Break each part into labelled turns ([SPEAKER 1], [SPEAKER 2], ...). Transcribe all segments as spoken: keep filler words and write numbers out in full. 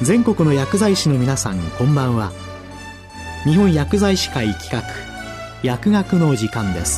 [SPEAKER 1] 全国の薬剤師の皆さん、こんばんは。日本薬剤師会企画、薬学の時間です。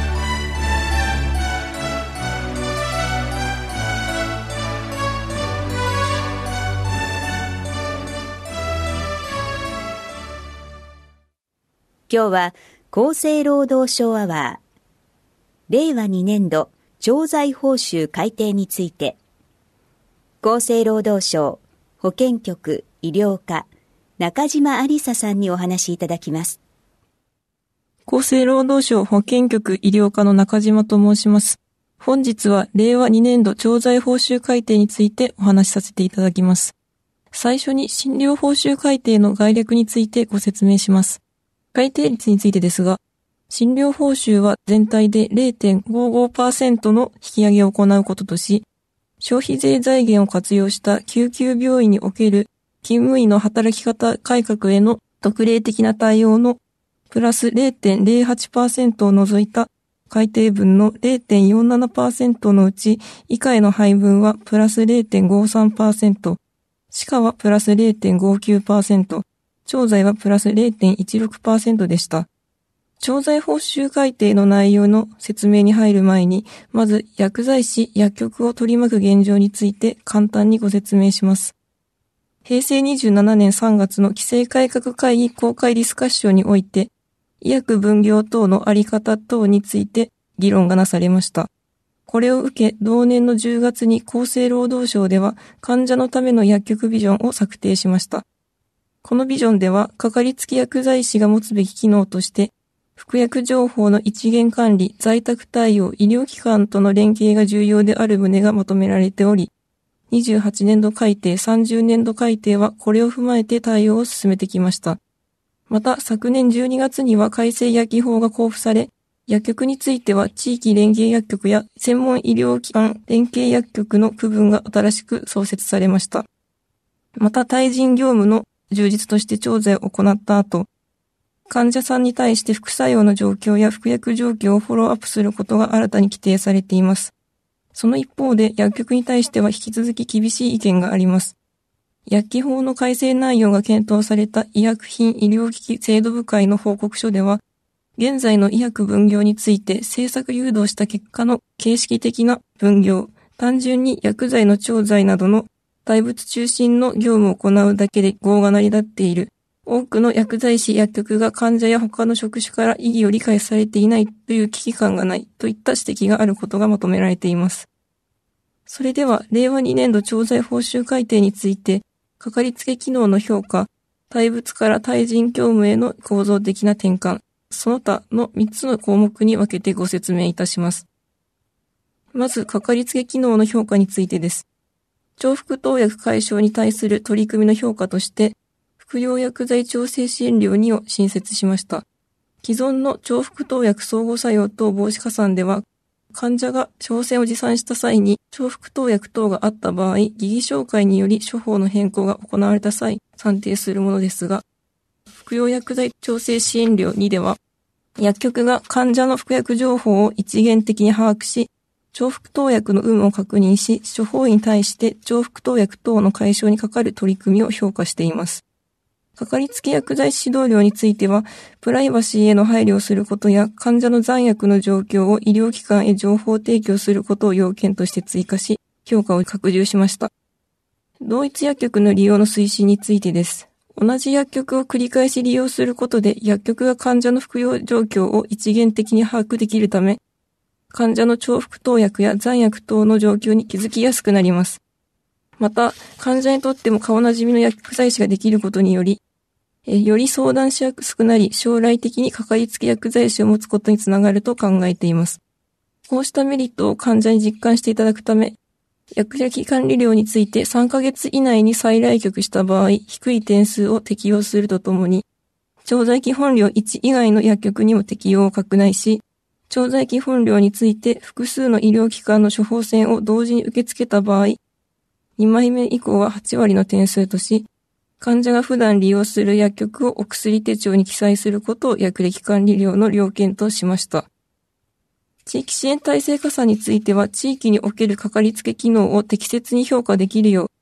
[SPEAKER 2] 今日は厚生労働省アワー令和にねん度調剤報酬改定について、厚生労働省保健局医療課中島ありささんにお話しいただきます。
[SPEAKER 3] 厚生労働省保健局医療課の中島と申します。本日は令和にねん度調剤報酬改定についてお話しさせていただきます。最初に診療報酬改定の概略についてご説明します。改定率についてですが、診療報酬は全体で れいてんごごパーセント の引き上げを行うこととし、消費税財源を活用した救急病院における勤務医の働き方改革への特例的な対応のプラス れいてんれいはちパーセント を除いた改定分の れいてんよんななパーセント のうち以下への配分はプラス れいてんごさんパーセント、歯科はプラス れいてんごきゅうパーセント、調剤はプラス れいてんいちろくパーセント でした。調剤報酬改定の内容の説明に入る前に、まず薬剤師・薬局を取り巻く現状について簡単にご説明します。へいせいにじゅうななねんさんがつの規制改革会議公開ディスカッションにおいて、医薬分業等のあり方等について議論がなされました。これを受け、同年のじゅうがつに厚生労働省では患者のための薬局ビジョンを策定しました。このビジョンでは、かかりつけ薬剤師が持つべき機能として、服薬情報の一元管理、在宅対応、医療機関との連携が重要である旨がまとめられており、にじゅうはちねんど改定、さんじゅうねんど改定はこれを踏まえて対応を進めてきました。また、昨年じゅうにがつには改正薬機法が公布され、薬局については地域連携薬局や専門医療機関連携薬局の区分が新しく創設されました。また、対人業務の充実として調剤を行った後、患者さんに対して副作用の状況や服薬状況をフォローアップすることが新たに規定されています。その一方で薬局に対しては引き続き厳しい意見があります。薬機法の改正内容が検討された医薬品医療機器制度部会の報告書では、現在の医薬分業について政策誘導した結果の形式的な分業、単純に薬剤の調剤などの代物中心の業務を行うだけで業が成り立っている。多くの薬剤師薬局が患者や他の職種から意義を理解されていないという危機感がないといった指摘があることがまとめられています。それでは、れいわにねん度調剤報酬改定について、かかりつけ機能の評価、対物から対人業務への構造的な転換、その他のみっつの項目に分けてご説明いたします。まず、かかりつけ機能の評価についてです。重複投薬解消に対する取り組みの評価として、服用薬剤調整支援料にを新設しました。既存の重複投薬相互作用等防止加算では、患者が処方箋を持参した際に重複投薬等があった場合、疑義照会により処方の変更が行われた際、算定するものですが、服用薬剤調整支援料にでは、薬局が患者の服薬情報を一元的に把握し、重複投薬の有無を確認し、処方医に対して重複投薬等の解消にかかる取り組みを評価しています。かかりつけ薬剤師指導料については、プライバシーへの配慮をすることや、患者の残薬の状況を医療機関へ情報提供することを要件として追加し、評価を拡充しました。同一薬局の利用の推進についてです。同じ薬局を繰り返し利用することで、薬局が患者の服用状況を一元的に把握できるため、患者の重複投薬や残薬等の状況に気づきやすくなります。また、患者にとっても顔なじみの薬剤師ができることにより、えより相談しやすくなり、将来的にかかりつけ薬剤師を持つことにつながると考えています。こうしたメリットを患者に実感していただくため、薬剤管理料についてさんかげつ以内に再来局した場合、低い点数を適用するとともに、調剤基本料いち以外の薬局にも適用を拡大し、調剤基本料について複数の医療機関の処方箋を同時に受け付けた場合、にまいめ以降ははちわりの点数とし、患者が普段利用する薬局をお薬手帳に記載することを薬歴管理料の要件としました。地域支援体制加算については、地域におけるかかりつけ機能を適切に評価できるよう、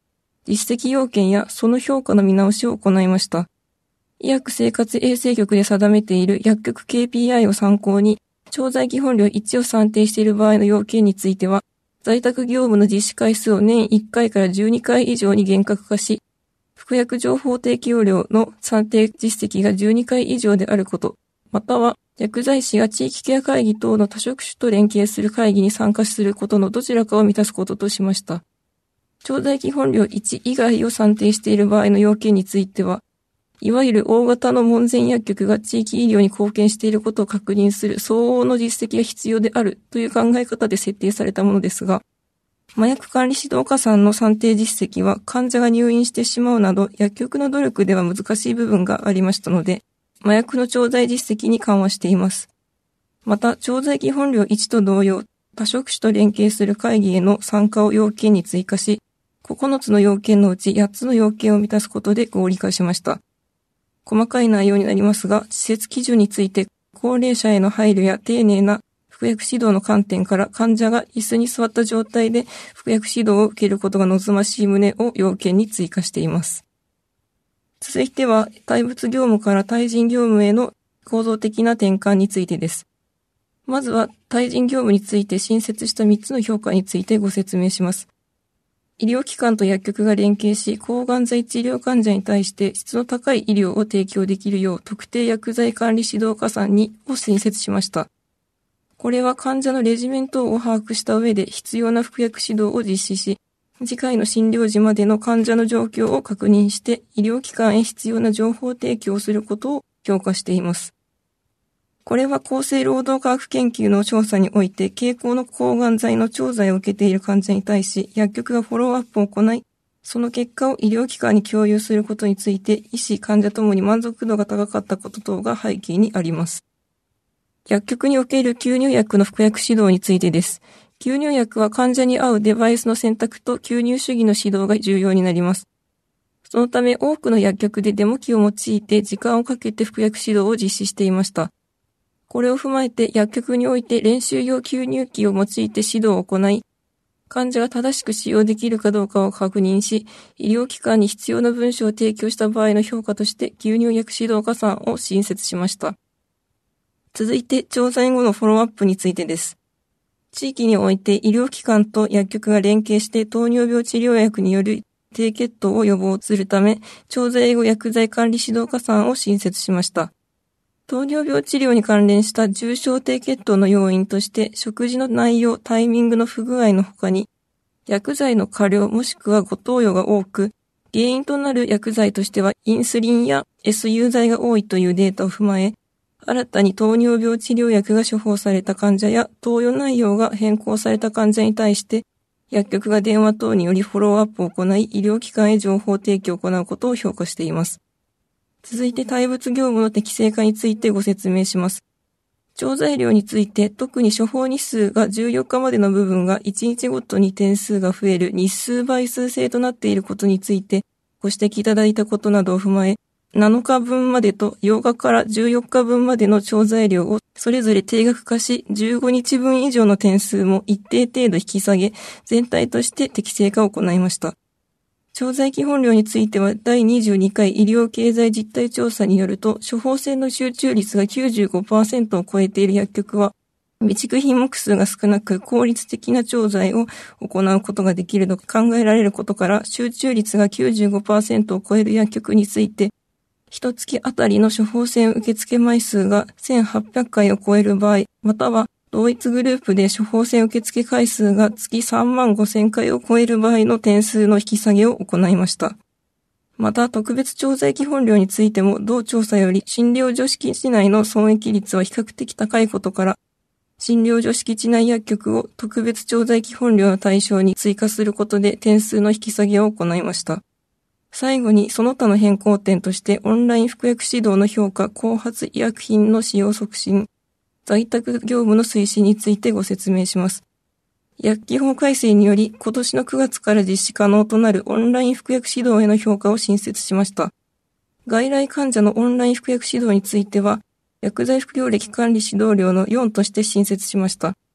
[SPEAKER 3] 実績要件やその評価の見直しを行いました。医薬生活衛生局で定めている薬局 ケーピーアイ を参考に、調剤基本料いちを算定している場合の要件については、在宅業務の実施回数を年いっかいからじゅうにかい以上に厳格化し、服薬情報提供料の算定実績がじゅうにかい以上であること、または薬剤師が地域ケア会議等の多職種と連携する会議に参加することのどちらかを満たすこととしました。調剤基本料いち以外を算定している場合の要件については、いわゆる大型の門前薬局が地域医療に貢献していることを確認する相応の実績が必要であるという考え方で設定されたものですが、麻薬管理指導課さんの算定実績は患者が入院してしまうなど薬局の努力では難しい部分がありましたので、麻薬の調剤実績に緩和しています。また、調剤基本料いちと同様、多職種と連携する会議への参加を要件に追加し、ここのつの要件のうちやっつの要件を満たすことで合理化しました。細かい内容になりますが、施設基準について高齢者への配慮や丁寧な服薬指導の観点から患者が椅子に座った状態で服薬指導を受けることが望ましい旨を要件に追加しています。続いては、対物業務から対人業務への構造的な転換についてです。まずは、対人業務について新設したみっつの評価についてご説明します。医療機関と薬局が連携し、抗がん剤治療患者に対して質の高い医療を提供できるよう特定薬剤管理指導課さんにを新設しました。これは患者のレジメントを把握した上で必要な服薬指導を実施し、次回の診療時までの患者の状況を確認して医療機関へ必要な情報提供をすることを評価しています。これは厚生労働科学研究の調査において経口の抗がん剤の調剤を受けている患者に対し薬局がフォローアップを行い、その結果を医療機関に共有することについて医師、患者ともに満足度が高かったこと等が背景にあります。薬局における吸入薬の服薬指導についてです。吸入薬は患者に合うデバイスの選択と吸入主義の指導が重要になります。そのため多くの薬局でデモ機を用いて時間をかけて服薬指導を実施していました。これを踏まえて薬局において練習用吸入器を用いて指導を行い、患者が正しく使用できるかどうかを確認し、医療機関に必要な文書を提供した場合の評価として吸入薬指導課さんを新設しました。続いて調剤後のフォローアップについてです。地域において医療機関と薬局が連携して糖尿病治療薬による低血糖を予防するため、調剤後薬剤管理指導課さんを新設しました。糖尿病治療に関連した重症低血糖の要因として、食事の内容、タイミングの不具合の他に、薬剤の過量もしくは誤投与が多く、原因となる薬剤としてはインスリンや エスユー 剤が多いというデータを踏まえ、新たに糖尿病治療薬が処方された患者や投与内容が変更された患者に対して、薬局が電話等によりフォローアップを行い、医療機関へ情報提供を行うことを評価しています。続いて対物業務の適正化についてご説明します。調剤量について特に処方日数がじゅうよっかまでの部分がいちにちごとに点数が増える日数倍数制となっていることについてご指摘いただいたことなどを踏まえ、なのかぶんまでとようかからじゅうよっかぶんまでの調剤量をそれぞれ定額化し、じゅうごにちぶん以上の点数も一定程度引き下げ、全体として適正化を行いました。調剤基本料についてはだいにじゅうにかい医療経済実態調査によると、処方箋の集中率が きゅうじゅうごパーセント を超えている薬局は、備蓄品目数が少なく効率的な調剤を行うことができると考えられることから、集中率が きゅうじゅうごパーセント を超える薬局について、一月あたりの処方箋受付枚数がせんはっぴゃっかいを超える場合、または同一グループで処方箋受付回数が月さんまんごせんかいを超える場合の点数の引き下げを行いました。また、特別調剤基本料についても同調査より診療所敷地内の損益率は比較的高いことから、診療所敷地内薬局を特別調剤基本料の対象に追加することで点数の引き下げを行いました。最後にその他の変更点としてオンライン服薬指導の評価、後発医薬品の使用促進、在宅業務の推進についてご説明します。薬機法改正により今年のくがつから実施可能となるオンライン服薬指導への評価を新設しました。外来患者のオンライン服薬指導については、薬剤服用歴管理指導料のよんとして新設しました。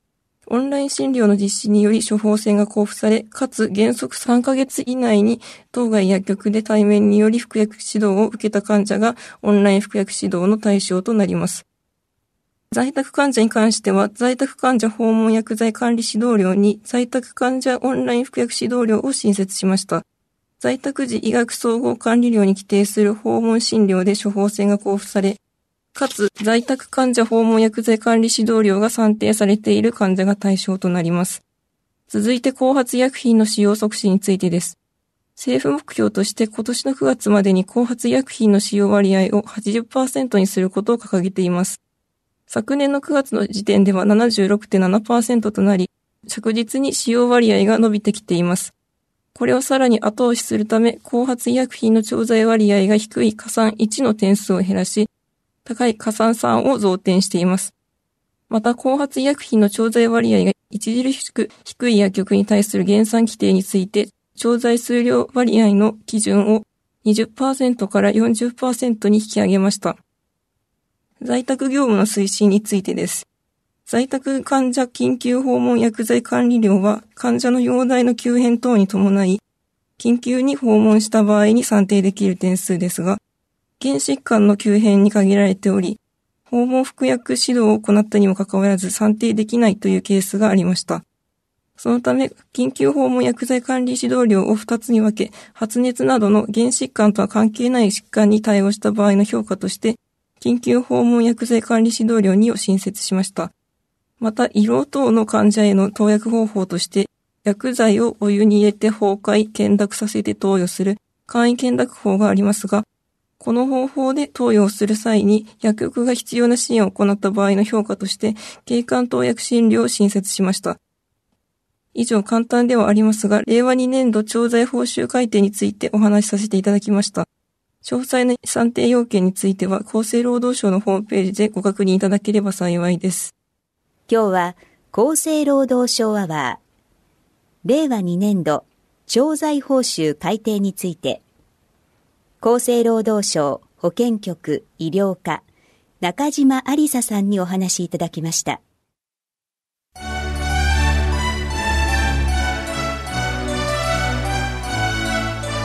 [SPEAKER 3] オンライン診療の実施により処方箋が交付され、かつ原則さんかげつ以内に当該薬局で対面により服薬指導を受けた患者がオンライン服薬指導の対象となります。在宅患者に関しては、在宅患者訪問薬剤管理指導料に在宅患者オンライン服薬指導料を新設しました。在宅時医学総合管理料に規定する訪問診療で処方箋が交付され、かつ在宅患者訪問薬剤管理指導料が算定されている患者が対象となります。続いて後発医薬品の使用促進についてです。政府目標として今年のくがつまでに後発医薬品の使用割合を はちじゅっパーセント にすることを掲げています。昨年のくがつの時点では ななじゅうろくてんななパーセント となり、着実に使用割合が伸びてきています。これをさらに後押しするため、後発医薬品の調剤割合が低い加算いちの点数を減らし、高い加算さんを増点しています。また、後発医薬品の調剤割合が著しく低い薬局に対する減算規定について、調剤数量割合の基準を にじゅっパーセント から よんじゅっパーセント に引き上げました。在宅業務の推進についてです。在宅患者緊急訪問薬剤管理料は患者の容体の急変等に伴い、緊急に訪問した場合に算定できる点数ですが、原疾患の急変に限られており、訪問服薬指導を行ったにもかかわらず算定できないというケースがありました。そのため、緊急訪問薬剤管理指導料をふたつに分け、発熱などの原疾患とは関係ない疾患に対応した場合の評価として、緊急訪問薬剤管理指導料にを新設しました。また、胃ろう等の患者への投薬方法として、薬剤をお湯に入れて崩壊、懸濁させて投与する簡易懸濁法がありますが、この方法で投与をする際に薬局が必要な支援を行った場合の評価として、経管投薬診療を新設しました。以上簡単ではありますが、れいわにねんど調剤報酬改定についてお話しさせていただきました。詳細な算定要件については、厚生労働省のホームページでご確認いただければ幸いです。
[SPEAKER 2] 今日は、厚生労働省アワー、れいわにねんど調剤報酬改定について、厚生労働省保健局医療課中島ありささんにお話しいただきました。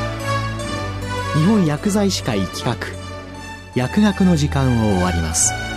[SPEAKER 1] 日本薬剤師会企画薬学の時間を終わります。